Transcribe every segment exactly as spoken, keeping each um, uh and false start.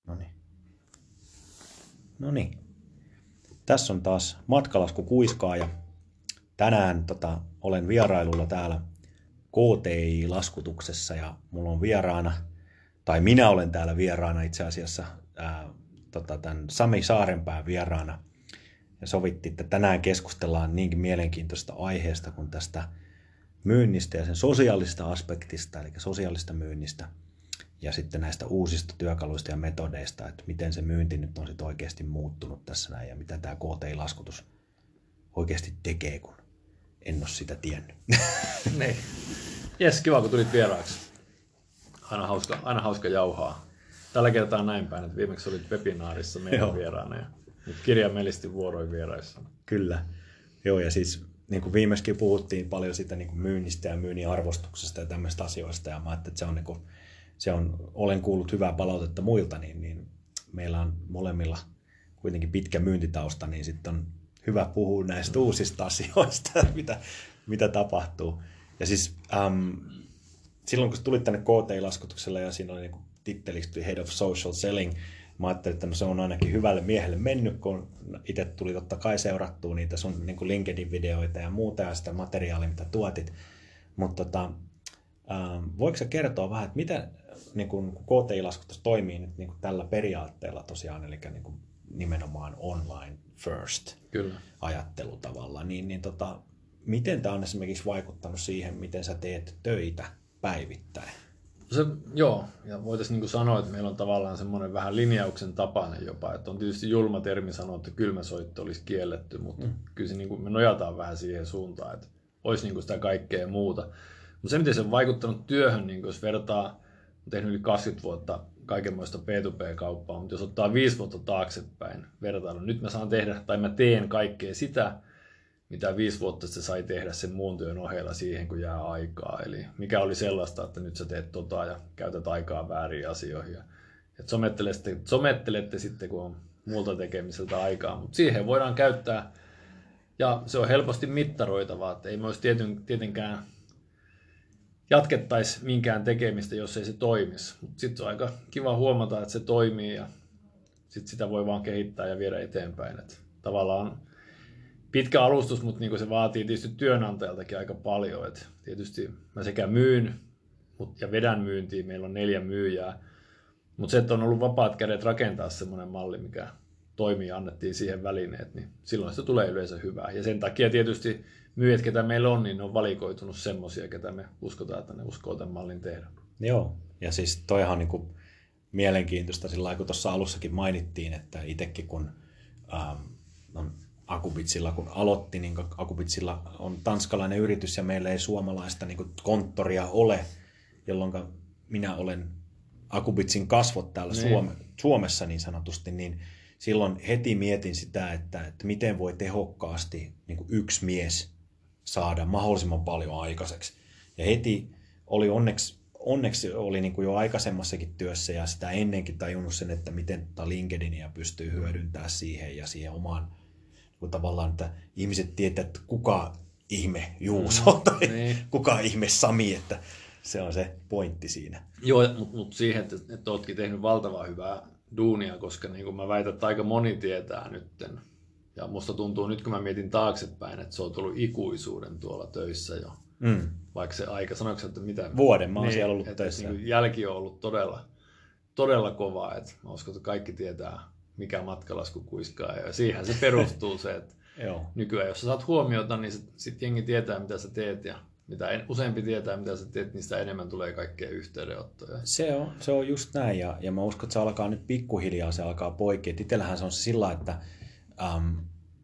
No niin. No niin. Tässä on taas matkalasku kuiskaa ja tänään tota, olen vierailulla täällä K T I-laskutuksessa ja mulla on vieraana, tai minä olen täällä vieraana itse asiassa, ää, tota, tämän Sami Saarenpään vieraana. Ja sovittiin, että tänään keskustellaan niinkin mielenkiintoista aiheesta kuin tästä myynnistä ja sen sosiaalista aspektista, eli sosiaalista myynnistä. Ja sitten näistä uusista työkaluista ja metodeista, että miten se myynti nyt on sitten oikeasti muuttunut tässä näin ja mitä tämä K T I-laskutus oikeasti tekee, kun en ole sitä tiennyt. Niin. Jes, kiva kun tulit vieraaksi. Aina hauska, aina hauska jauhaa. Tällä kertaa näin päin, että viimeksi olit webinaarissa meidän vieraana ja nyt kirjaimellisesti vuoroin vieraissa. Kyllä. Joo, ja siis niin kuin viimeiskin puhuttiin paljon sitä niin kuin myynnistä ja myynnin arvostuksesta ja tämmöistä asioista, ja mä ajattelin, että se on, niin kuin, se on, olen kuullut hyvää palautetta muilta, niin, niin meillä on molemmilla kuitenkin pitkä myyntitausta, niin sitten on hyvä puhua näistä uusista asioista, mitä, mitä tapahtuu. Ja siis äm, silloin, kun tulit tänne K T I-laskutukselle ja siinä oli niin kuin titteliksi Head of Social Selling, mä ajattelin, että no se on ainakin hyvälle miehelle mennyt, kun itse tuli totta kai seurattua niitä sun niin kuin LinkedIn-videoita ja muuta ja sitä materiaalia, mitä tuotit. Mutta tota, ähm, voiko sä kertoa vähän, että miten niin kuin K T I-laskutus toimii nyt niin kuin tällä periaatteella tosiaan, eli niin kuin nimenomaan online first Kyllä. ajattelutavalla, niin, niin tota, miten tämä on esimerkiksi vaikuttanut siihen, miten sä teet töitä päivittäin? Se, joo, ja voitaisiin niin sanoa, että meillä on tavallaan semmoinen vähän linjauksen tapainen jopa, että on tietysti julma termi sanoa, että kylmäsoitto olisi kielletty, mutta mm. kyllä se, niin kuin, me nojataan vähän siihen suuntaan, että olisi niin kuin sitä kaikkea muuta. Mutta se, miten se on vaikuttanut työhön, niin jos vertaa, olen tehnyt yli kaksikymmentä vuotta kaikenmoista P to P-kauppaa, mutta jos ottaa viisi vuotta taaksepäin vertailun, nyt mä saan tehdä, tai mä teen kaikkea sitä, mitä viisi vuotta sitten sai tehdä sen muun työn ohella siihen, kun jää aikaa. Eli mikä oli sellaista, että nyt sä teet tota ja käytät aikaa väärin asioihin. Et somettelette, somettelette sitten, kun on muulta tekemiseltä aikaa, mutta siihen voidaan käyttää, ja se on helposti mittaroitavaa, että ei me olisi tietenkään jatkettaisi minkään tekemistä, jos ei se toimisi. Mutta sitten on aika kiva huomata, että se toimii, ja sitten sitä voi vaan kehittää ja viedä eteenpäin. Et tavallaan pitkä alustus, mutta niin se vaatii tietysti työnantajaltakin aika paljon. Et tietysti mä sekä myyn ja vedän myyntiin, meillä on neljä myyjää, mutta se, että on ollut vapaat kädet rakentaa semmoinen malli, mikä toimii ja annettiin siihen välineet, niin silloin se tulee yleensä hyvää. Ja sen takia tietysti myyjät, ketä meillä on, niin ne on valikoitunut semmoisia, ketä me uskotaan, että ne uskoo tämän mallin tehdä. Joo, ja siis toihan on niin kuin mielenkiintoista sillä lailla, kun tuossa alussakin mainittiin, että itsekin kun ähm, on Akubitsilla kun aloitti, niin Akubitsilla on tanskalainen yritys ja meillä ei suomalaista niin kuin konttoria ole, jolloin minä olen Akubitsin kasvot täällä Suome, Suomessa niin sanotusti, niin silloin heti mietin sitä, että, että miten voi tehokkaasti niin kuin yksi mies saada mahdollisimman paljon aikaiseksi. Ja heti oli onneksi, onneksi oli niin kuin jo aikaisemmassakin työssä ja sitä ennenkin tajunnut sen, että miten LinkedInia pystyy hyödyntämään siihen ja siihen omaan tavallaan, että ihmiset tietää, että kuka ihme Juuso mm, tai niin. kuka ihme Sami, että se on se pointti siinä. Joo, mutta mut siihen, että, että oletkin tehnyt valtavan hyvää duunia, koska niin kuin mä väitän, että aika moni tietää nytten. Ja musta tuntuu nyt, kun mä mietin taaksepäin, että se on tullut ikuisuuden tuolla töissä jo. Mm. Vaikka se aika, sanoiko että mitä? Vuoden mä oon niin, siellä ollut että, töissä. Niin jälki on ollut todella, todella kova. Että mä uskon, että kaikki tietää, mikä matkalasku kuiskaa. Ja siihen se perustuu se, että nykyään jos sä saat huomiota, niin sitten jengi tietää, mitä sä teet. Ja mitä en, useampi tietää, mitä sä teet, niin sitä enemmän tulee kaikkea yhteydenottoja. Se on, se on just näin. Ja, ja mä uskon, että se alkaa nyt pikkuhiljaa, se alkaa poikea. Itsellähän se on se sillä, että äm,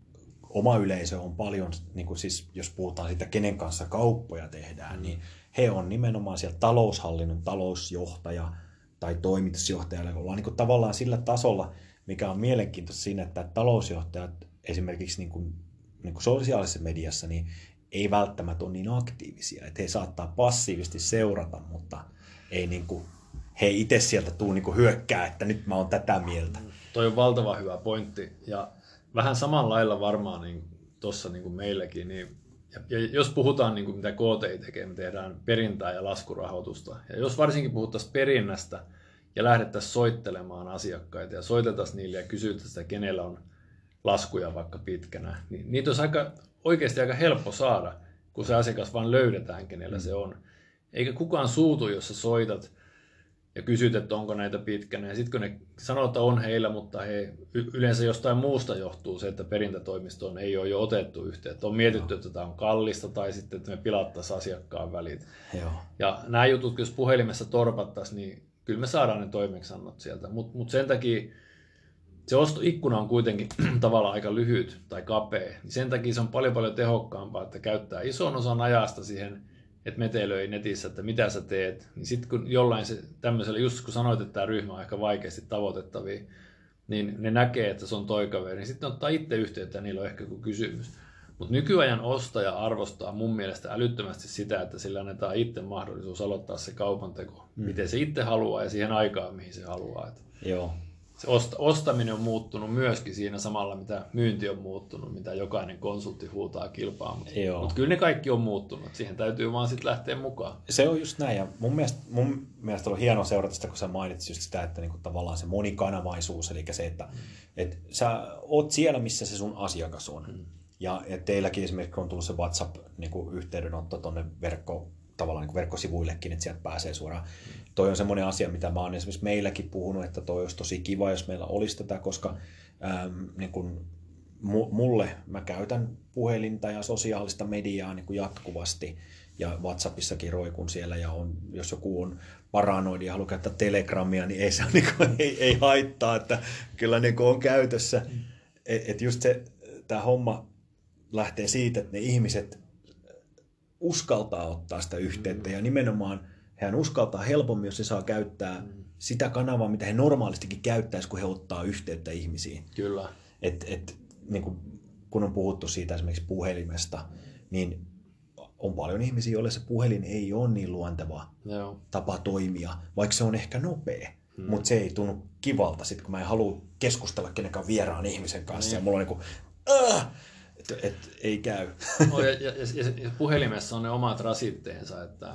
oma yleisö on paljon, niin kuin siis, jos puhutaan siitä, kenen kanssa kauppoja tehdään, mm. niin he on nimenomaan siellä taloushallinnon talousjohtaja tai toimitusjohtaja. Ollaan niin kuin tavallaan sillä tasolla, mikä on mielenkiintoista siinä, että talousjohtajat esimerkiksi niin kuin, niin kuin sosiaalisessa mediassa niin ei välttämättä ole niin aktiivisia. Että he saattaa passiivisesti seurata, mutta ei niin kuin, he ei itse sieltä tule niin kuin hyökkää, että nyt mä oon tätä mieltä. Toi on valtavan hyvä pointti. Ja vähän samalla lailla varmaan niin tuossa niin kuin meilläkin. Niin, ja, ja jos puhutaan, niin kuin mitä K T I tekee, me tehdään perintää ja laskurahoitusta. Ja jos varsinkin puhuttaisiin perinnästä, ja lähdettäisiin soittelemaan asiakkaita ja soitettaisiin niille ja kysyttäisiin, että kenellä on laskuja vaikka pitkänä, niin niitä olisi aika, oikeasti aika helppo saada, kun se asiakas vaan löydetään, kenellä mm. se on. Eikä kukaan suutu, jos sä soitat ja kysyt, että onko näitä pitkänä. Ja sitten kun ne sanoo, että on heillä, mutta he, yleensä jostain muusta johtuu se, että perintätoimistoon ei ole jo otettu yhteyttä. On mietitty, että tämä on kallista tai sitten, että me pilattaisiin asiakkaan välit. Joo. Ja nämä jutut, jos puhelimessa torpattaisiin, niin kyllä me saadaan ne toimeksiannot sieltä. Mutta mut sen takia se ostoikkuna on kuitenkin tavallaan aika lyhyt tai kapea. Niin sen takia se on paljon paljon tehokkaampaa, että käyttää ison osan ajasta siihen, että metelöi netissä, että mitä sä teet, niin sitten kun jollain se tämmöisellä, just kun sanoit, että tämä ryhmä on aika vaikeasti tavoitettavia, niin ne näkee, että se on toi kaveri, niin sitten ottaa itse yhteyttä ja niillä on ehkä joku kysymys. Mutta nykyajan ostaja arvostaa mun mielestä älyttömästi sitä, että sillä annetaan itse mahdollisuus aloittaa se kaupanteko, mm. miten se itse haluaa ja siihen aikaan, mihin se haluaa. Et Joo. Se ostaminen on muuttunut myöskin siinä samalla, mitä myynti on muuttunut, mitä jokainen konsultti huutaa kilpaa. Mutta mut kyllä ne kaikki on muuttunut. Siihen täytyy vaan sitten lähteä mukaan. Se on just näin. Ja mun mielestä, mun mielestä on hienoa seurata sitä, kun sä mainitsit just sitä, että niinku tavallaan se monikanavaisuus, eli se, että mm. et sä oot siellä, missä se sun asiakas on. Mm. Ja, ja teilläkin esimerkiksi on tullut se WhatsApp-yhteydenotto niin tuonne verkko, tavallaan niin verkkosivuillekin, että sieltä pääsee suoraan. Mm. Toi on semmoinen asia, mitä mä oon esimerkiksi meilläkin puhunut, että toi olisi tosi kiva, jos meillä olisi tätä, koska äm, niin kun, mulle mä käytän puhelinta ja sosiaalista mediaa niin kuin jatkuvasti ja WhatsAppissakin roikun siellä ja on, jos joku on paranoidi ja haluaa käyttää Telegramia, niin ei, se niin kuin, ei, ei haittaa, että kyllä niin kuin on käytössä. Mm. Että et just se, tämä homma lähtee siitä, että ne ihmiset uskaltaa ottaa sitä yhteyttä mm. ja nimenomaan hän uskaltaa helpommin, jos se saa käyttää mm. sitä kanavaa, mitä he normaalistikin käyttäisi, kun he ottaa yhteyttä ihmisiin. Kyllä. Et, et, niin kun, kun on puhuttu siitä esimerkiksi puhelimesta, niin on paljon ihmisiä, joille se puhelin ei ole niin luonteva Joo. tapa toimia, vaikka se on ehkä nopea. Hmm. Mutta se ei tunnu kivalta, sit, kun mä en halua keskustella kenenkään vieraan ihmisen kanssa. Hmm. Ja mulla on niin kuin, että et, ei käy. No, ja, ja, ja, ja puhelimessa on ne omat rasitteensa, että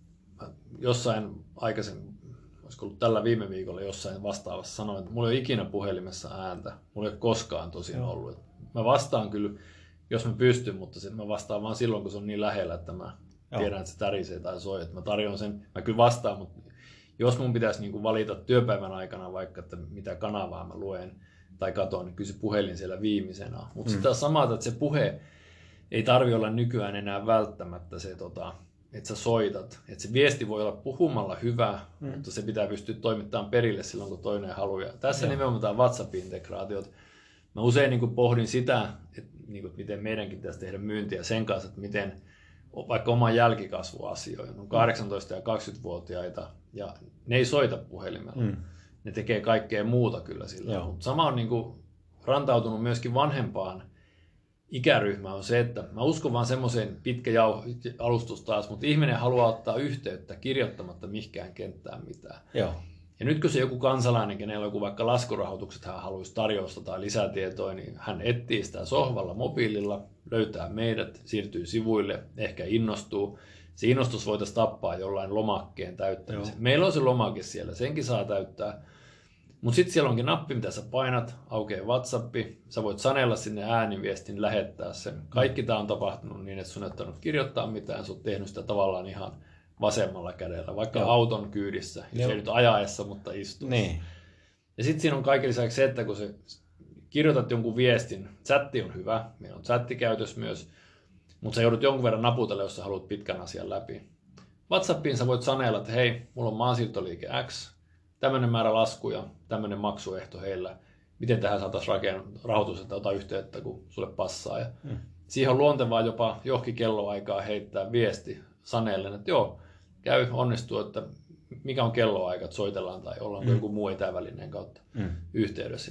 jossain aikaisemmin, olisiko ollut tällä viime viikolla jossain vastaavassa sanoin, että mulla ei ole ikinä puhelimessa ääntä. Mulla ei ole koskaan tosiaan ollut. Mä vastaan kyllä, jos mä pystyn, mutta sit mä vastaan vaan silloin, kun se on niin lähellä, että mä Joo. tiedän, että se tärisee tai soi. Että mä tarjoan sen, mä kyllä vastaan, mutta jos mun pitäisi niinku valita työpäivän aikana vaikka, että mitä kanavaa mä luen tai katon, niin kyllä se puhelin siellä viimeisenä. Mutta mm. sitten samaa, että se puhe ei tarvitse olla nykyään enää välttämättä se, tota, että sä soitat. Että se viesti voi olla puhumalla hyvä, mm. mutta se pitää pystyä toimittamaan perille silloin, kun toinen haluaa. Tässä Joo. nimenomaan tämä WhatsApp-integraatiot. Mä usein niin kuin pohdin sitä, että, niin kuin, miten meidänkin pitäisi tehdä myyntiä sen kanssa, että miten vaikka oman jälkikasvuasioihin on kahdeksantoista- ja kaksikymmentävuotiaita ja ne ei soita puhelimella. Mm. Ne tekee kaikkea muuta kyllä sillä. Mutta sama on niin kuin rantautunut myöskin vanhempaan ikäryhmään on se, että mä uskon vaan semmoiseen pitkä jau- alustus taas, mutta ihminen haluaa ottaa yhteyttä kirjoittamatta mihinkään kenttään mitään. Joo. Ja nyt kun se joku kansalainen, kenellä joku vaikka laskurahoitukset, hän haluaisi tarjousta tai lisätietoa, niin hän etsii sitä sohvalla mobiililla, löytää meidät, siirtyy sivuille, ehkä innostuu. Se innostus voitaisiin tappaa jollain lomakkeen täyttämisen. Meillä on se lomake siellä, senkin saa täyttää. Mutta sitten siellä onkin nappi, mitä sä painat, aukeaa WhatsAppi, sä voit sanella sinne ääniviestin, lähettää sen. Kaikki tämä on tapahtunut niin, että sun ei ottanut kirjoittaa mitään, sä oot tehnyt sitä tavallaan ihan vasemmalla kädellä, vaikka Joo. auton kyydissä, jos ei nyt ajaessa, mutta istuu. Niin. Ja sitten siinä on kaiken lisäksi se, että kun sä kirjoitat jonkun viestin, chatti on hyvä, meillä on chattikäytös myös, mutta sä joudut jonkun verran naputella, jos sä haluat pitkän asian läpi. WhatsAppiin sä voit sanella, että hei, mulla on maansiirtoliike X, tämmöinen määrä laskuja, tämmöinen maksuehto heillä, miten tähän saataisiin rahoitus, että ota yhteyttä, kun sulle passaa. Ja mm. siihen on luontevaa jopa johonkin kelloaikaa heittää viesti sanellen, että joo, käy onnistuu, että mikä on kelloaika, että soitellaan tai ollaanko mm. joku muu etävälineen kautta mm. yhteydessä.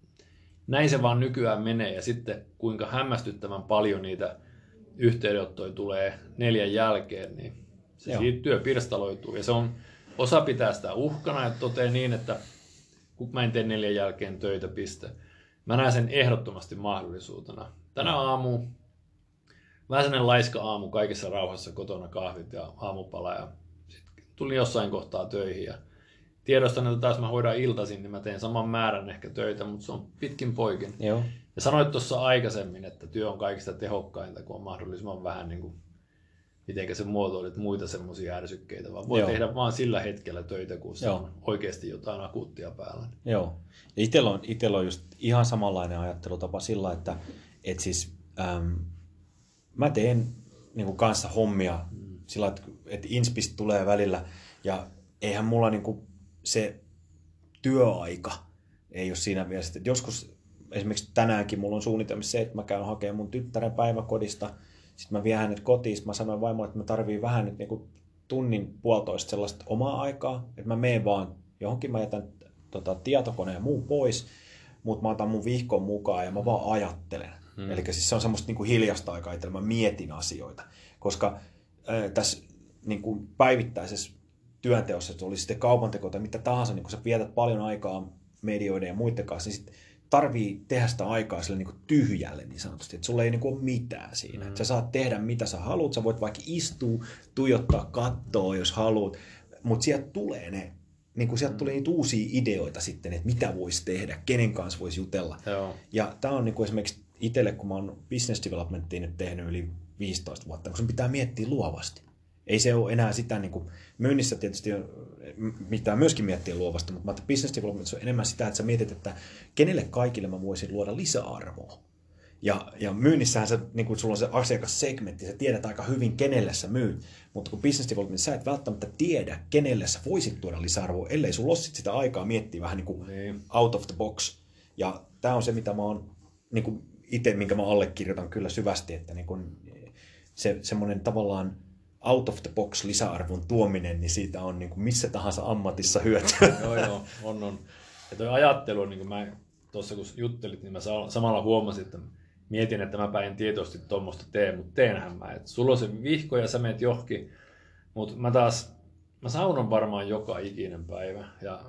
Näin se vaan nykyään menee ja sitten kuinka hämmästyttävän paljon niitä yhteydenottoja tulee neljän jälkeen, niin se Joo. siitä työ pirstaloituu ja se on, osa pitää sitä uhkana, että toteaa niin, että kun mä en tee neljän jälkeen töitä, piste. Mä näen sen ehdottomasti mahdollisuutena. Tänä aamu, vähän sellainen laiska aamu kaikessa rauhassa, kotona kahvit ja aamupala ja sitten tulin jossain kohtaa töihin ja tiedostan, että taas mä hoidan iltaisin, niin mä teen saman määrän ehkä töitä, mutta se on pitkin poikin. Joo. Ja sanoit tuossa aikaisemmin, että työ on kaikista tehokkainta, kun on mahdollisimman vähän, niin kuin, mitenkä se muotoilit, muita semmoisia ärsykkeitä, vaan voi Joo. tehdä vaan sillä hetkellä töitä, kun se on oikeasti jotain akuuttia päällä. Joo. Ja itsellä on, itsellä on just ihan samanlainen ajattelutapa sillä, että et siis, äm, mä teen niin kuin kanssa hommia mm. sillä, että, että inspist tulee välillä ja eihän mulla niin kuin se työaika ei ole siinä mielessä, että joskus esimerkiksi tänäänkin mulla on suunnitelmissa se, että mä käyn hakemaan mun tyttären päiväkodista, sitten mä vien hänet kotiin, mä sanoin vaimolle, että mä tarviin vähän nyt niin kuin tunnin puolitoista sellaista omaa aikaa, että mä menen vaan johonkin, mä jätän tota, tietokoneen ja muu pois, mutta mä otan mun vihkon mukaan ja mä vaan ajattelen. Hmm. Eli siis se on semmoista niin kuin hiljasta aikaa, että mä mietin asioita, koska äh, tässä niin kuin päivittäisessä työnteossa, että oli sitten kaupanteko tai mitä tahansa, niin kun sä vietät paljon aikaa medioiden ja muiden kanssa, niin sit tarvii tehdä sitä aikaa sille niin kuin tyhjälle niin sanotusti, että sulla ei niin kuin ole mitään siinä. Mm. Sä saat tehdä mitä sä haluat, sä voit vaikka istua, tuijottaa kattoa, jos haluat, mutta sieltä tulee ne, niin kuin sieltä mm. tulee niitä uusia ideoita sitten, että mitä voisi tehdä, kenen kanssa voisi jutella. Joo. Ja tää on niin kuin esimerkiksi itselle, kun mä oon business developmentia nyt tehnyt yli viisitoista vuotta, kun sun pitää miettiä luovasti. Ei se ole enää sitä, niin kuin myynnissä tietysti pitää myöskin miettiä luovasti, mutta mä business development on enemmän sitä, että sä mietit, että kenelle kaikille mä voisin luoda lisäarvoa. Ja, ja myynnissähän se, niin kuin sulla on se asiakassegmentti, sä tiedät aika hyvin, kenelle sä myyt, mutta kun business development sä et välttämättä tiedä, kenelle sä voisit tuoda lisäarvoa, ellei sulla ole sitä aikaa miettiä vähän niin kuin niin. out of the box. Ja tää on se, mitä mä oon niin kuin itse, minkä mä allekirjoitan kyllä syvästi, että niin kuin se semmoinen tavallaan out of the box lisäarvon tuominen, niin siitä on niin kuin missä tahansa ammatissa hyötyä. Joo, joo, on, on. Ja toi ajattelu, niin kuin mä tuossa kun juttelit, niin mä samalla huomasin, että mietin, että mä en tietoisesti tuommoista tee, mutta teenhän mä. Et sulla on se vihko ja sä meet johonkin, mutta mä taas, mä saunon varmaan joka ikinen päivä. Ja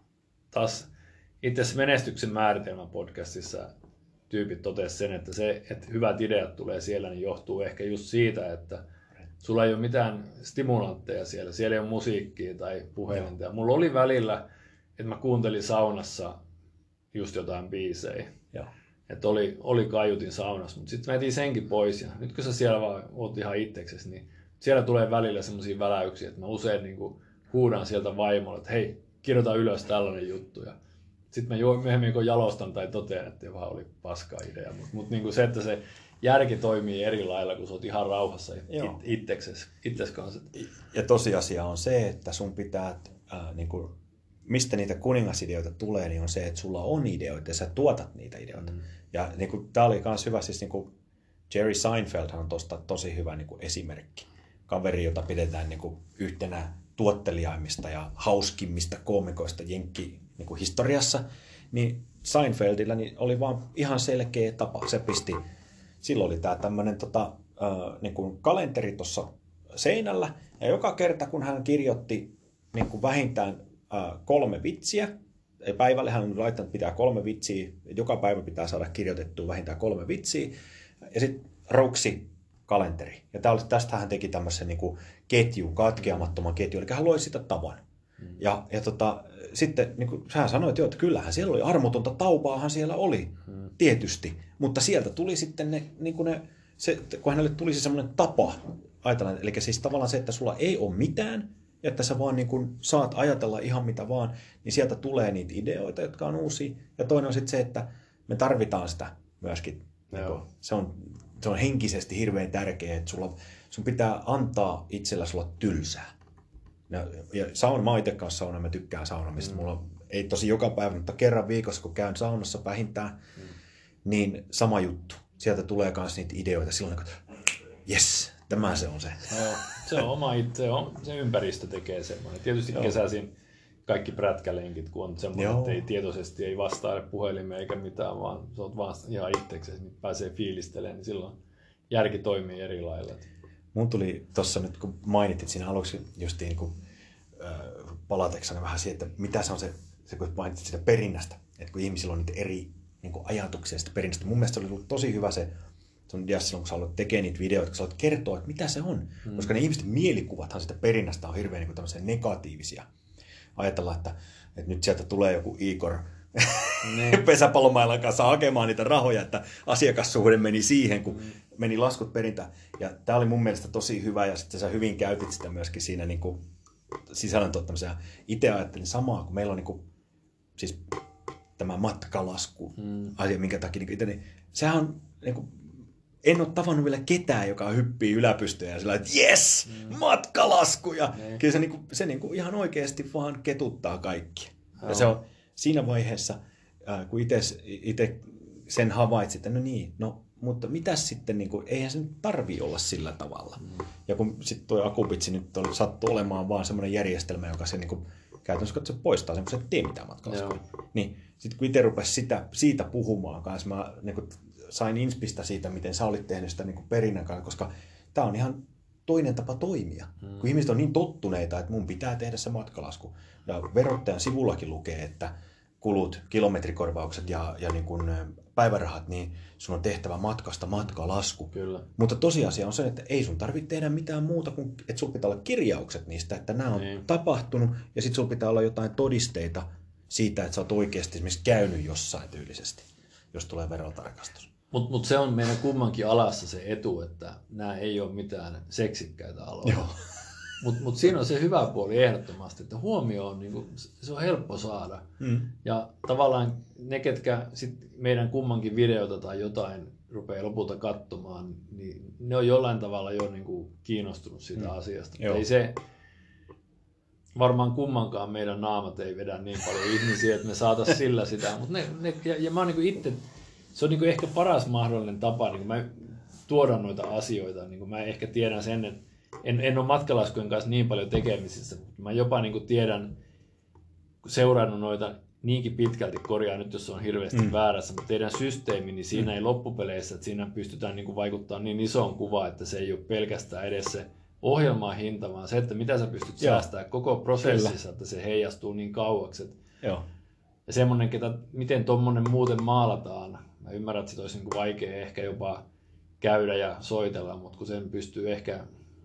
taas itse asiassa menestyksen määritelmä podcastissa tyypit totesi sen, että se, että hyvät ideat tulee siellä, niin johtuu ehkä just siitä, että sulla ei ole mitään stimulantteja siellä. Siellä ei ole musiikkia tai puhelinta. Ja mulla oli välillä, että mä kuuntelin saunassa just jotain biisejä. Joo. Että oli, oli kaiutin saunassa, mutta sitten mä etin senkin pois. Ja nyt kun sä siellä vaan oot ihan itseksesi, niin siellä tulee välillä semmoisia väläyksiä, että mä usein niin kuin huudan sieltä vaimolle, että hei, kirjoita ylös tällainen juttu. Ja sitten mä myöhemmin kun jalostan tai totean, että vaan oli paska idea. Mutta mut niin se, että se järki toimii eri lailla, kun sä oot ihan rauhassa itses, itses kanssa. Ja tosiasia on se, että sun pitää, äh, niin kuin, mistä niitä kuningasideoita tulee, niin on se, että sulla on ideoita ja sä tuotat niitä ideoita. Mm. Ja niin kuin, tää oli myös hyvä, siis niin kuin Jerry Seinfeld on tosta tosi hyvä niin kuin esimerkki. Kaveri, jota pidetään niin kuin yhtenä tuottelijaimmista ja hauskimmista koomikoista jenkki niin kuin historiassa, niin Seinfeldillä niin oli vaan ihan selkeä tapa. Se pisti, silloin oli tää tämmönen tota, äh, niin kuin kalenteri tuossa seinällä, ja joka kerta kun hän kirjoitti niin kuin vähintään äh, kolme vitsiä, päivälle hän on laittanut, pitää kolme vitsiä, joka päivä pitää saada kirjoitettua vähintään kolme vitsiä, ja sitten rouksi kalenteri. Ja tästä hän teki tämmöisen niin kuin ketjun, katkeamattoman ketjun, eli hän loi sitä tavan. Mm. Ja, ja tota, sitten niin kuin hän sanoi, että, joo, että kyllähän siellä oli armotonta taupaahan siellä oli, mm. tietysti, mutta sieltä tuli sitten ne, niin kuin ne se, kun hänelle tuli se semmoinen tapa, ajatellaan, eli siis tavallaan se, että sulla ei ole mitään, ja että sä vaan niin kuin saat ajatella ihan mitä vaan, niin sieltä tulee niitä ideoita, jotka on uusia, ja toinen on sitten se, että me tarvitaan sitä myöskin, niin kuin, se, on, se on henkisesti hirveän tärkeää, että sulla, sun pitää antaa itsellä sulla tylsää. Ja, ja sauna, mä oon itse kanssa sauna, mä tykkään saunamista. Mm. Mulla ei tosi joka päivä, mutta kerran viikossa, kun käyn saunassa vähintään, mm. niin sama juttu. Sieltä tulee myös niitä ideoita silloin, että jes, tämä se on se. No, se on oma itse, on, se ympäristö tekee semmoinen. Tietysti Joo. kesäisin kaikki prätkälenkit, kun on semmoinen, että ei tietoisesti ei vastaile puhelimeen eikä mitään, vaan sä oot vaan ihan itseksesi, niin pääsee fiilistelemään, niin silloin järki toimii eri lailla. Mun tuli tuossa nyt, kun mainitit siinä aluksi justiin niin kuin, äh, palatekseni vähän siihen, että mitä se on se, se kun mainitsit sitä perinnästä, että kun ihmisillä on niitä eri niin kuin ajatuksia sitä perinnästä. Mun mielestä oli ollut tosi hyvä se, se on ideassa silloin, kun sä haluat tekemään niitä videoita, kun sä haluat kertoa, että mitä se on. Hmm. Koska ne ihmisten mielikuvathan sitä perinnästä on hirveän niin kuin tämmöisiä negatiivisia. ajatella, että, että nyt sieltä tulee joku Igor pesäpallomailan kanssa hakemaan niitä rahoja, että asiakassuhde meni siihen, kun mm. meni laskut perintään. Ja tämä oli mun mielestä tosi hyvä, ja sitten sä hyvin käytit sitä myöskin siinä niin kuin sisällön tuottamiseen. Itse ajattelin samaa, kun meillä on niin kuin, siis tämä matkalasku mm. asia, minkä takia niin itse, niin sehän on, niin kuin, en ole tavannut vielä ketään, joka hyppii yläpystyyn ja sillä että jes, mm. matkalasku. Ja mm. kyllä se, niin kuin, se niin kuin ihan oikeasti vaan ketuttaa kaikkia. Oh. Ja se on siinä vaiheessa, kun itse sen havaitsit, että no niin, no, mutta mitäs sitten, niin kuin, eihän se nyt tarvitse olla sillä tavalla. Mm. Ja kun sitten tuo Akubitsi nyt on, sattuu olemaan vaan semmoinen järjestelmä, joka se niin kuin, käytännössä katsoen poistaa semmoisen, että tee mitään matkalaskua. Niin sitten kun itse rupesi sitä, siitä puhumaan kanssa, mä niin kuin, sain inspistä siitä, miten sä olit tehnyt sitä niin kuin perinnän kanssa, koska tämä on ihan toinen tapa toimia. Mm. Kun ihmiset on niin tottuneita, että mun pitää tehdä se matkalasku. Ja verottajan sivullakin lukee, että kulut, kilometrikorvaukset ja, ja niin kuin päivärahat, niin sun on tehtävä matkasta matkalasku. Kyllä. Mutta tosiasia on se, että ei sun tarvitse tehdä mitään muuta kuin, että sulla pitää olla kirjaukset niistä, että nämä on niin tapahtunut, ja sitten sulla pitää olla jotain todisteita siitä, että sä oot oikeasti esimerkiksi käynyt jossain tyylisesti, jos tulee verotarkastus. Mutta mut se on meidän kummankin alassa se etu, että nämä ei ole mitään seksikkäitä aloja. Mutta mut siinä on se hyvä puoli ehdottomasti, että huomio on, niinku, se on helppo saada. Mm. Ja tavallaan ne, ketkä sit meidän kummankin videota tai jotain rupeaa lopulta katsomaan, niin ne on jollain tavalla jo niinku kiinnostunut siitä mm. asiasta. Ei se, varmaan kummankaan meidän naamat ei vedä niin paljon ihmisiä, että me saataisiin sillä sitä. Mut ne, ne, ja, ja mä oon niinku itse, se on niinku ehkä paras mahdollinen tapa niinku mä tuoda noita asioita. Niinku mä ehkä tiedän sen, että En, en ole matkalaskujen kanssa niin paljon tekemisissä, mutta mä jopa niin kuin tiedän, kun seurannut noita niinkin pitkälti, korjaa nyt, jos on hirveästi mm. väärässä, mutta teidän systeemi, niin siinä mm. ei loppupeleissä, että siinä pystytään niin kuin vaikuttamaan niin isoon kuvaan, että se ei ole pelkästään edes se ohjelman hinta, vaan se, että mitä sä pystyt Joo. säästämään koko prosessissa, Kyllä. että se heijastuu niin kauaksi. Että Joo. Ja semmoinen, ketä, miten tuommoinen muuten maalataan, mä ymmärrän, että sit olisi niin kuin vaikea ehkä jopa käydä ja soitella, mutta kun sen pystyy ehkä,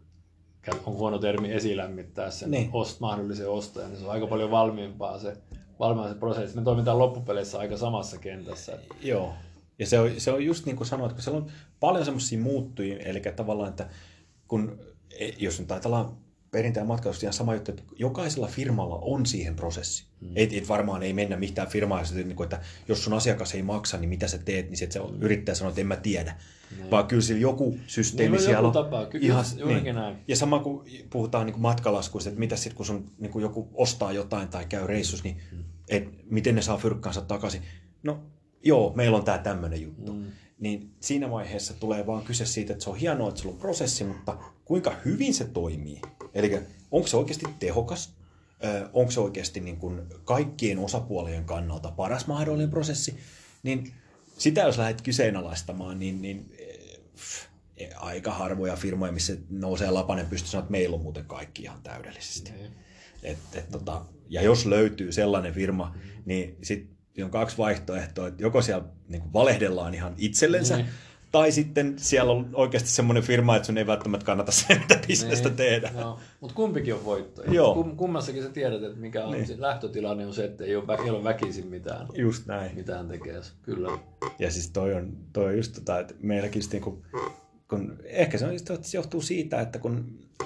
on huono termi, esilämmittää sen niin. ost, mahdollisen ostajan, niin se on aika paljon valmiimpaa se, valmiimpaa se prosessi. Me toimitaan loppupeleissä aika samassa kentässä. Joo, ja se on, se on just niin kuin sanoit, kun siellä on paljon semmoisia muuttujia, eli tavallaan, että kun, jos nyt ajatellaan perintä- ja matkailusta, ihan sama juttu, että jokaisella firmalla on siihen prosessi. Hmm. Ei, et varmaan ei mennä mitään firmaa, että jos sun asiakas ei maksa, niin mitä sä teet, niin sit se hmm. yrittää sanoa, että en mä tiedä. Niin. Vaan kyllä sillä joku systeemi niin, siellä on. Tapa. Kyllä, ihan, niin. näin. Ja sama kun puhutaan niin kuin matkalaskuista, että mitä sitten kun sun, niin kuin joku ostaa jotain tai käy reissus, niin hmm. et, miten ne saa fyrkkaansa takaisin. No joo, meillä on tää tämmöinen juttu. Hmm. Niin siinä vaiheessa tulee vaan kyse siitä, että se on hienoa, että sulla on prosessi, mutta kuinka hyvin se toimii. Eli onko se oikeasti tehokas? Onko se oikeasti niin kuin kaikkien osapuolien kannalta paras mahdollinen prosessi? Niin sitä jos lähdet kyseenalaistamaan, niin, niin pff, aika harvoja firmoja, missä nousee lapanen pystyy sanoa, että meillä on muuten kaikki ihan täydellisesti. Mm. Et, et, tota, ja jos löytyy sellainen firma, mm. niin sitten on kaksi vaihtoehtoa, että joko siellä niin kuin valehdellaan ihan itsellensä, mm. tai sitten siellä on oikeasti semmoinen firma, että sun ei välttämättä kannata sen, mitä bisnestä niin, tehdä. No, mutta kumpikin on voittoja. Kum, kummassakin sä tiedät, että mikä on niin. lähtötilanne on se, että ei ole, ei ole väkisin mitään. Just näin. Mitään tekee. Kyllä. Ja siis toi on, toi on just tota, että meilläkin sitten kun, kun ehkä se, on, se johtuu siitä, että kun, äh,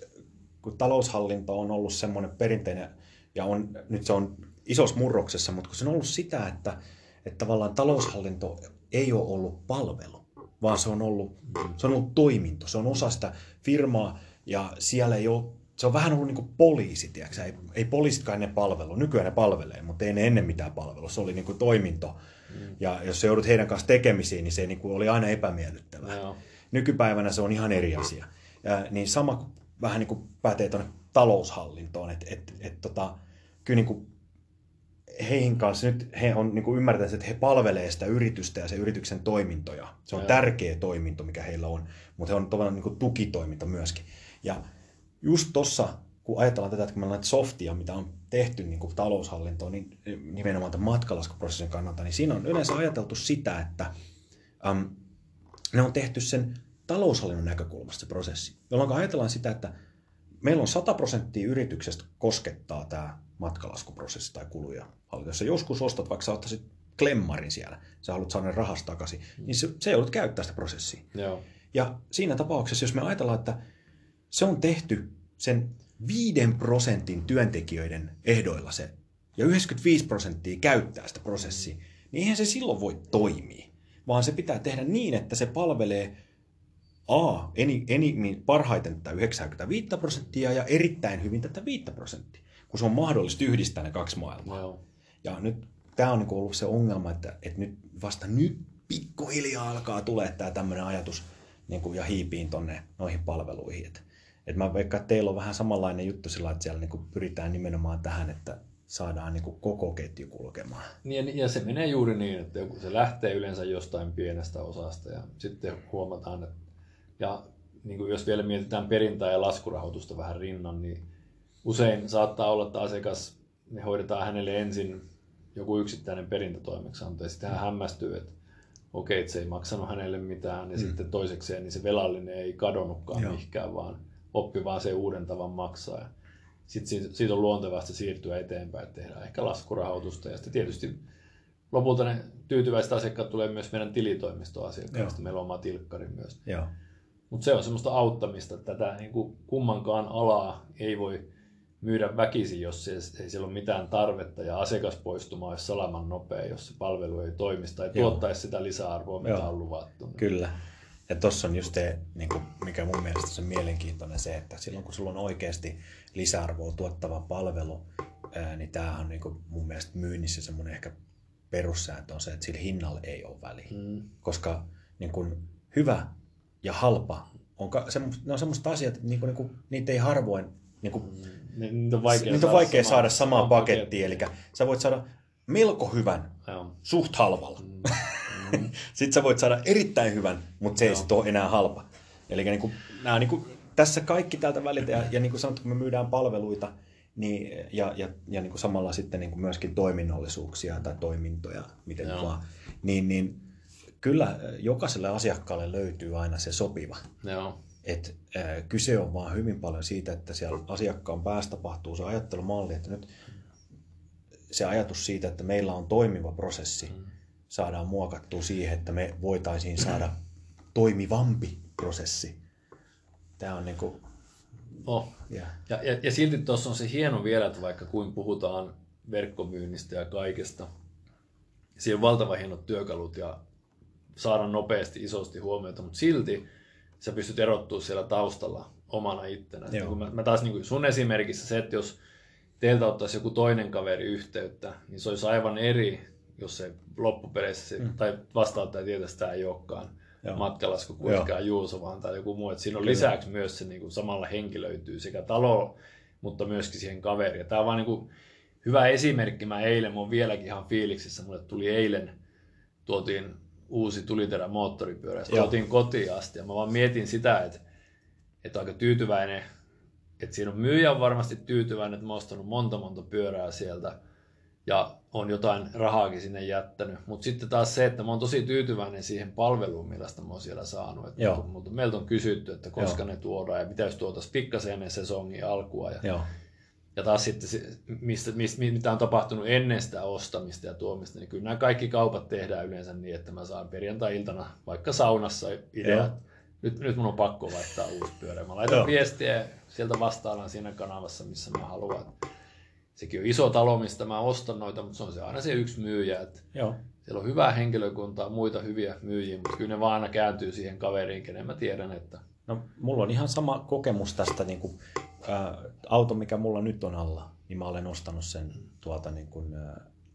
kun taloushallinto on ollut semmoinen perinteinen, ja on, nyt se on isossa murroksessa, mutta kun se on ollut sitä, että, että tavallaan taloushallinto ei ole ollut palvelu, vaan se on ollut, se on ollut toiminto, se on osa sitä firmaa ja siellä ei ole, se on vähän ollut niin kuin poliisi, tiedätkö? Ei, ei poliisitkaan ennen palvelu, nykyään ne palvelee, mutta ei ne ennen mitään palvelua, se oli niin kuin toiminto. Mm. Ja jos se joudut heidän kanssa tekemisiin, niin se niin kuin oli aina epämiellyttävää. No. Nykypäivänä se on ihan eri asia. Ja, niin sama vähän niin kuin pätee tuonne taloushallintoon, että et, et, tota, kyllä niin kuin heihin kanssa nyt he on niin kuin ymmärtäneet, että he palvelee sitä yritystä ja sen yrityksen toimintoja. Se on ja. tärkeä toiminto, mikä heillä on, mutta he on tavallaan niin kuin tukitoiminto myöskin. Ja just tuossa, kun ajatellaan tätä, että kun meillä on näitä softia, mitä on tehty niin kuin taloushallintoon, niin nimenomaan tämän matkalaskuprosessin kannalta, niin siinä on yleensä ajateltu sitä, että um, ne on tehty sen taloushallinnon näkökulmasta se prosessi. Jolloin ajatellaan sitä, että meillä on sata prosenttia yrityksestä koskettaa tämä matkalaskuprosessi tai kuluja. Jos sä joskus ostat, vaikka sä ottaisit klemmarin siellä, sä haluat saada ne rahasta takaisin, niin se, se joudut käyttää sitä prosessia. Joo. Ja siinä tapauksessa, jos me ajatellaan, että se on tehty sen viiden prosentin työntekijöiden ehdoilla se, ja yhdeksänkymmentäviisi prosenttia käyttää sitä prosessia, mm. niin eihän se silloin voi toimia, vaan se pitää tehdä niin, että se palvelee A, eni, eni, parhaiten tätä yhdeksänkymmentäviisi prosenttia ja erittäin hyvin tätä viisi prosenttia, kun se on mahdollista yhdistää ne kaksi maailmaa. Joo. Ja nyt tämä on niin ollut se ongelma, että, että nyt vasta nyt pikkuhiljaa alkaa tulee tämä tämmöinen ajatus niin kuin, ja hiipiin tonne noihin palveluihin. Et, et mä veikkaan, että teillä on vähän samanlainen juttu sillä, että siellä niin kuin pyritään nimenomaan tähän, että saadaan niin kuin koko ketju kulkemaan. Ja, ja se menee juuri niin, että se lähtee yleensä jostain pienestä osasta ja sitten huomataan, että ja niin kuin jos vielä mietitään perintää ja laskurahoitusta vähän rinnan, niin usein saattaa olla, että asiakas, me hoidetaan hänelle ensin joku yksittäinen perintätoimeksianto ja sitten hän hämmästyy, että okei, että se ei maksanut hänelle mitään ja mm. sitten toisekseen niin se velallinen ei kadonnutkaan Joo. mihinkään, vaan oppi vaan sen uuden tavan maksaa. Ja sitten siitä on luontevasti siirtyä eteenpäin, että tehdään ehkä laskurahoitusta ja sitten tietysti lopulta ne tyytyväiset asiakkaat tulee myös meidän tilitoimistoasiakkaista, meillä on oma tilkkari myös. Joo. Mutta se on semmoista auttamista, että tätä niin kuin kummankaan alaa ei voi myydä väkisin, jos ei, ei siellä ole mitään tarvetta ja asiakaspoistuma olisi salaman nopea, jos se palvelu ei toimisi tai Joo. tuottaisi sitä lisäarvoa, mitä Joo. on luvattu. Kyllä. Ja tuossa on just se, niin kuin, mikä mun mielestä on mielenkiintoinen se, että silloin kun sulla on oikeasti lisäarvoa tuottava palvelu, ää, niin tämähän on niin kuin mun mielestä myynnissä semmoinen ehkä perussääntö on se, että sillä hinnalla ei ole väliä. Mm. Koska niin kuin, hyvä ja halpa on, ne on semmoista asiat, että niin kuin, niin kuin, niitä ei harvoin, niin kuin, mm. niitä on vaikea, niitä on saada, vaikea samaa, saada samaa pakettia. Eli sä voit saada melko hyvän, Joo. suht halvalla. Mm. Mm. Sitten sä voit saada erittäin hyvän, mutta se ei sit ole enää halpa. Eli niin kuin, nämä, niin kuin, tässä kaikki tältä väliltä, ja, ja niin kuin sanottu, kun me myydään palveluita, niin, ja, ja, ja niin kuin samalla sitten niin kuin myöskin toiminnallisuuksia tai toimintoja, miten vaan, niin, niin kyllä jokaiselle asiakkaalle löytyy aina se sopiva. Joo. Et, äh, kyse on vaan hyvin paljon siitä, että siellä asiakkaan päässä tapahtuu se ajattelumalli, että nyt se ajatus siitä, että meillä on toimiva prosessi, mm. saadaan muokattua siihen, että me voitaisiin saada toimivampi prosessi. Tämä on niin kuin... Oh. Yeah. Ja, ja, ja silti tuossa on se hieno vielä, että vaikka kuin puhutaan verkkomyynnistä ja kaikesta, siinä on valtavan hienot työkalut ja saada nopeasti isosti huomiota, mutta silti sä pystyt erottumaan siellä taustalla omana ittenä. Niin mä, mä taas niin kuin sun esimerkissä se, että jos teiltä ottaisi joku toinen kaveri yhteyttä, niin se olisi aivan eri, jos se loppupeleissä, mm. tai vastaanottaja tietää, että tämä ei olekaan matkalasku kuitenkaan Juuso, vaan tai joku muu. Että siinä on Kyllä. lisäksi myös se niin kuin samalla henkilöityy sekä talo, mutta myöskin siihen kaveriin. Tämä on vaan niin kuin hyvä esimerkki. Mä eilen, mä oon vieläkin ihan fiiliksissä, mulle tuli eilen, tuotiin uusi tuliterä moottoripyörä, ja tuotiin kotiin asti. Ja mä vaan mietin sitä, että, että aika tyytyväinen, että siinä on myyjä on varmasti tyytyväinen, että mä oon ostanut monta monta pyörää sieltä ja on jotain rahaakin sinne jättänyt. Mutta sitten taas se, että mä oon tosi tyytyväinen siihen palveluun, millaista mä oon siellä saanut. Että mutta meiltä on kysytty, että koska Joo. ne tuodaan ja pitäisi tuotaisiin pikkasen ennen sesongin alkua. Ja, ja taas sitten, mistä, mistä, mitä on tapahtunut ennen sitä ostamista ja tuomista, niin kyllä nämä kaikki kaupat tehdään yleensä niin, että mä saan perjantai-iltana vaikka saunassa idea, nyt, nyt mun on pakko laittaa uusi pyörä. Mä laitan Joo. viestiä sieltä vastaillaan siinä kanavassa, missä mä haluan. Sekin on iso talo, mistä mä ostan noita, mutta se on se aina se yksi myyjä. Että Joo. Siellä on hyvää henkilökuntaa, muita hyviä myyjiä, mutta kyllä ne vaan aina kääntyy siihen kaveriin, kenen mä tiedän. Että... No, mulla on ihan sama kokemus tästä niin kuin, ä, auto, mikä mulla nyt on alla, niin mä olen ostanut sen tuolta niin kuin, ä,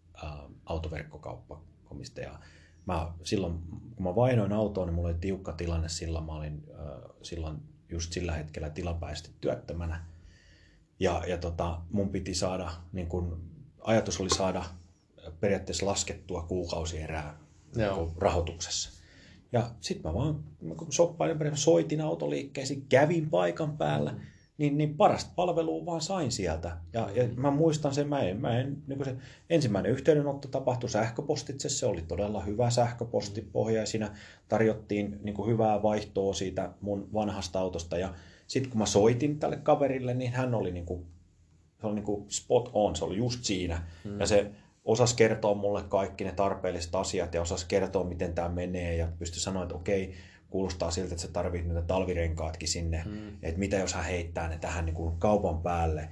autoverkkokauppakomista. Ja mä, silloin, kun mä vaihdoin autoon, niin mulla oli tiukka tilanne silloin. Mä olin ä, silloin just sillä hetkellä tilapäisesti työttömänä. Ja, ja tota, mun piti saada, niin kun, ajatus oli saada periaatteessa laskettua kuukausierää niin rahoituksessa. Ja sitten mä vaan shoppailin, soitin autoliikkeisiin, kävin paikan päällä, mm. niin, niin parasta palvelua vaan sain sieltä. Ja, ja mä muistan sen, mä en, mä en, niin se ensimmäinen yhteydenotto tapahtui sähköpostitse, se oli todella hyvä sähköpostipohja ja siinä tarjottiin niin kuin hyvää vaihtoa siitä mun vanhasta autosta. Ja sitten kun mä soitin tälle kaverille, niin hän oli niinku, se oli niinku spot on, se oli just siinä. Mm. Ja se osasi kertoa mulle kaikki ne tarpeelliset asiat ja osasi kertoa, miten tämä menee ja pystyi sanoa, että okei, kuulostaa siltä, että sä tarvitset niitä talvirenkaatkin sinne, mm. että mitä jos hän heittää ne tähän niin kuin kaupan päälle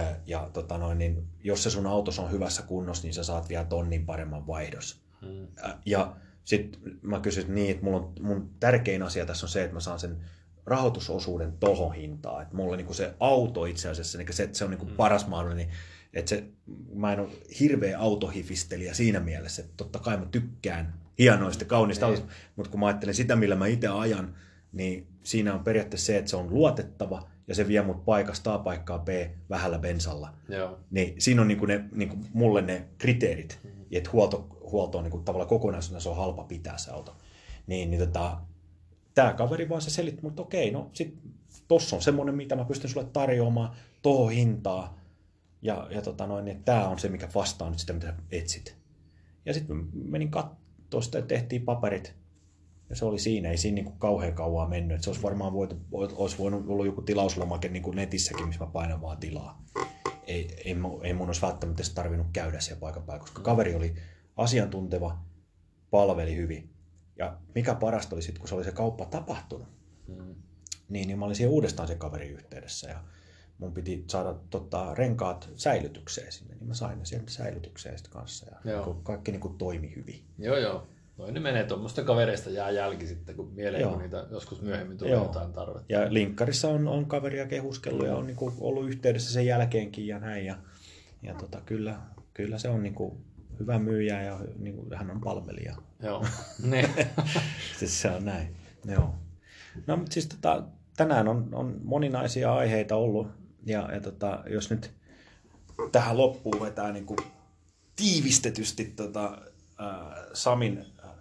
ja tota noin, niin jos se sun autos on hyvässä kunnossa, niin sä saat vielä tonnin paremman vaihdos. Mm. Ja sitten mä kysyin niin, että mulla on, mun tärkein asia tässä on se, että mä saan sen rahoitusosuuden tohon hintaan, että mulla niin se auto itse asiassa, niin se, että se on niin kuin paras mahdollinen, että se, mä en ole hirveä autohifistelijä siinä mielessä, että totta kai mä tykkään hienoista, kaunista autosta, mutta kun mä ajattelen sitä, millä mä itse ajan, niin siinä on periaatteessa se, että se on luotettava ja se vie mut paikasta A paikkaa B vähällä bensalla. Joo. Niin siinä on niinku ne, niinku mulle ne kriteerit, mm-hmm. että huolto, huolto on niinku tavallaan kokonaisuudessaan se on halpa pitää se auto. Niin, niin tota, tää kaveri vaan se selitti, mutta okei, no sit tossa on semmoinen, mitä mä pystyn sulle tarjoamaan tohon hintaa. Ja, ja tota noin, niin tää on se, mikä vastaa nyt sitä, mitä etsit. Ja sitten menin katsoa sitä ja tehtiin paperit. Ja se oli siinä, ei siinä niin kuin kauhean kauan mennyt. Et se olisi varmaan voitu, olisi voinut olla joku tilauslomake niin kuin netissäkin, missä mä painan vaan tilaa. Ei, ei, ei mun olisi välttämättä tarvinnut käydä siellä paikan päällä, koska kaveri oli asiantunteva, palveli hyvin. Ja mikä parasta oli sitten, kun se oli se kauppa tapahtunut, mm. niin, niin mä olin siihen uudestaan sen kaverin yhteydessä. Ja mun piti saada tota, renkaat säilytykseen sinne, niin mä sain ne sieltä säilytykseen sitten kanssa. Ja joo. Kaikki niin kuin toimi hyvin. Joo, joo. Noin ne menee tuommoista kavereista jää jälki sitten, kun mieleen joo. kun niitä joskus myöhemmin tulee joo. jotain tarvetta. Ja linkkarissa on, on kaveria kehuskellut ja on niin kuin ollut yhteydessä sen jälkeenkin ja näin. Ja, ja tota, kyllä, kyllä se on niin kuin hyvä myyjä ja niin kuin, hän on palvelija. Joo, ne. Siis se on näin. Joo. No, mutta siis tota, tänään on, on moninaisia aiheita ollut. Ja, ja tota, jos nyt tähän loppuun vetää niin kuin tiivistetysti tota, äh, Samin äh,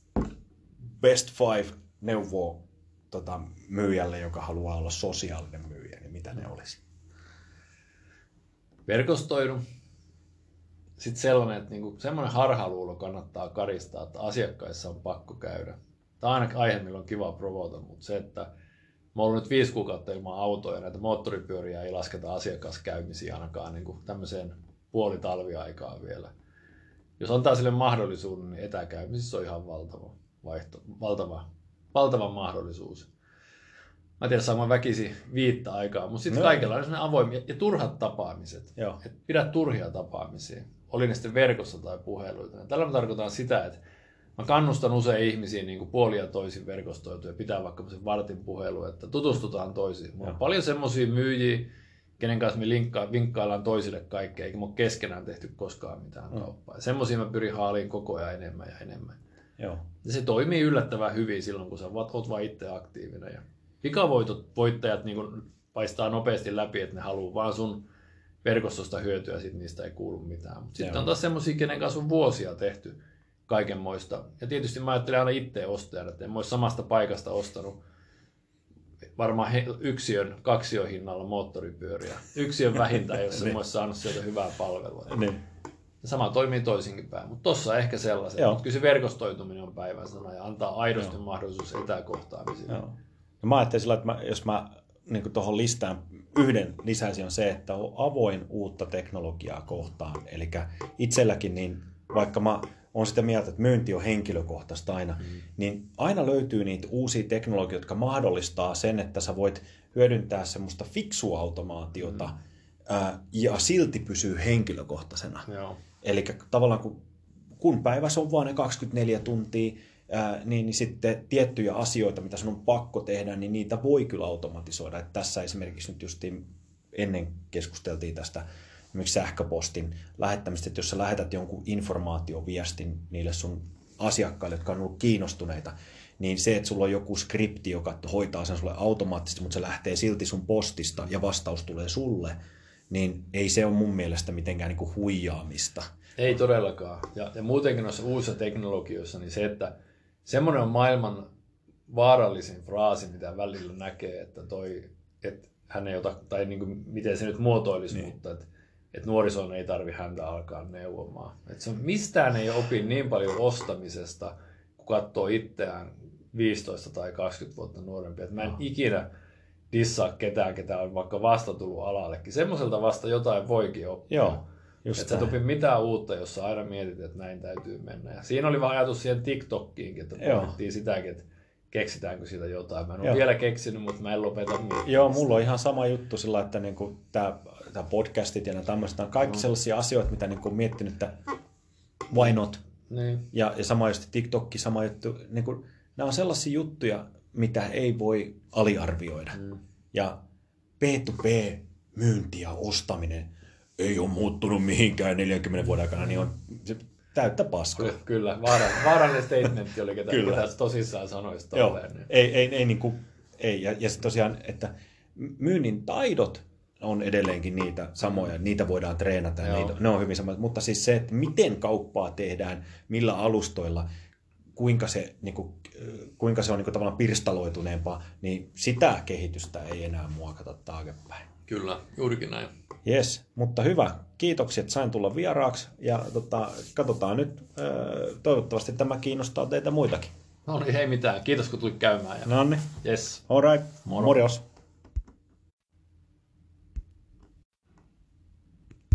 best five neuvoa tota, myyjälle, joka haluaa olla sosiaalinen myyjä, niin mitä ne olisi? Verkostoidu. Sitten sellainen, että niinku, semmoinen harhaluulo kannattaa karistaa, että asiakkaissa on pakko käydä. Tämä on ainakin aihe, millä on kiva provota, mutta se, että mä oon ollut nyt viisi kuukautta ilman autoa ja näitä moottoripyöriä ei lasketa asiakaskäymisiä ainakaan niin kuin tämmöiseen puolitalviaikaan vielä. Jos antaa sille mahdollisuuden, niin etäkäymisissä on ihan valtava, vaihto, valtava, valtava mahdollisuus. Mä tiedän, saanko väkisin viittä aikaa, mutta sitten no, kaikilla on sellainen avoimia ja turhat tapaamiset. Et pidä turhia tapaamisia, oli ne sitten verkossa tai puheluita. Tällä mä tarkoitan sitä, että mä kannustan usein ihmisiä niin kuin puolin ja toisin verkostoitua ja pitää vaikka sen vartin puhelu, että tutustutaan toisiin. Mulla on paljon semmoisia myyjiä, kenen kanssa me linkka- vinkkaillaan toisille kaikkea, eikä me ole keskenään tehty koskaan mitään mm. kauppaa. Semmoisia mä pyrin haaliin koko ajan enemmän ja enemmän. Joo. Ja se toimii yllättävän hyvin silloin, kun sä oot vaan itse aktiivinen. Ja pikavoittajat niin kuin paistaa nopeasti läpi, että ne haluaa vaan sun verkostosta hyötyä ja sit niistä ei kuulu mitään. Mutta sitten on taas semmoisia, kenen kanssa on vuosia tehty kaikenmoista. Ja tietysti mä ajattelen aina itse ostajana, että en mä olisi samasta paikasta ostanut varmaan yksiön, kaksion hinnalla moottoripyöriä. Yksiön vähintään, jos en olisi saanut sieltä hyvää palvelua. Niin. Sama toimii toisinkin päin, mutta tossa ehkä sellaisen. Mutta kyllä se verkostoituminen on päivän sana ja antaa aidosti Joo. mahdollisuus etäkohtaamisille. Joo. Ja mä ajattelin sillä, että mä, jos mä niin tuohon listaan yhden lisäisin on se, että on avoin uutta teknologiaa kohtaan. Eli itselläkin, niin vaikka mä on sitä mieltä, että myynti on henkilökohtaista aina, mm. niin aina löytyy niitä uusia teknologioita, jotka mahdollistaa sen, että sä voit hyödyntää semmoista fiksuautomaatiota mm. ää, ja silti pysyy henkilökohtaisena. Eli tavallaan kun, kun päivässä on vain ne kaksikymmentäneljä tuntia, ää, niin, niin sitten tiettyjä asioita, mitä sun on pakko tehdä, niin niitä voi kyllä automatisoida. Että tässä esimerkiksi nyt justiin ennen keskusteltiin tästä esimerkiksi sähköpostin lähettämistä, että jos sä lähetät jonkun informaatioviestin niille sun asiakkaille, jotka on ollut kiinnostuneita, niin se, että sulla on joku skripti, joka hoitaa sen sulle automaattisesti, mutta se lähtee silti sun postista ja vastaus tulee sulle, niin ei se ole mun mielestä mitenkään niin kuin huijaamista. Ei todellakaan. Ja, ja muutenkin noissa uusissa teknologioissa, niin se, että semmoinen on maailman vaarallisin fraasi, mitä välillä näkee, että toi, että hän ei ota, tai niin kuin, miten se nyt muotoilisi, niin. mutta että että nuorison ei tarvi häntä alkaa neuvomaan. Että se on, mistään ei opi niin paljon ostamisesta, kun katsoo itseään viisitoista tai kaksikymmentä vuotta nuorempia. Että mä en ikinä dissaa ketään, ketä on vaikka vasta tullut alallekin. Semmoiselta vasta jotain voikin oppia. Joo, just että sä et opi mitään uutta, jos sä aina mietit, että näin täytyy mennä. Ja siinä oli vaan ajatus siihen TikTokkiinkin, että pohdittiin sitäkin, että keksitäänkö siitä jotain. Mä en ole Joo. vielä keksinyt, mutta mä en lopeta miettiä. Joo, mulla on ihan sama juttu sillä, että niinku tää, tää podcastit ja nämä tämmöiset on kaikki no. sellaisia asioita, mitä niinku on miettinyt, että why not? Niin. Ja, ja sama just TikTokki, sama juttu. Niinku, nämä on sellaisia juttuja, mitä ei voi aliarvioida. Mm. Ja P to P-myynti ja ostaminen ei ole muuttunut mihinkään neljänkymmenen vuoden aikana, niin on täyttä paskaa. Ky- kyllä, vaarallinen statementti oli, ketä, ketä tosissaan sanoisi tolleen. Niin. Ei, ei, ei, niin kuin, ei. Ja, ja sitten tosiaan, että myynnin taidot on edelleenkin niitä samoja, niitä voidaan treenata, ja niitä, ne on hyvin samat, mutta siis se, että miten kauppaa tehdään, millä alustoilla, kuinka se, niin kuin, kuinka se on niin kuin, tavallaan pirstaloituneempaa, niin sitä kehitystä ei enää muokata taaksepäin. Kyllä, juurikin näin. Jes, mutta hyvä. Kiitoksia, että sain tulla vieraaksi ja tota, katsotaan nyt. Toivottavasti tämä kiinnostaa teitä muitakin. No niin, ei mitään. Kiitos kun tulit käymään. Ja... No niin. Yes. All right. Moro. Morjos.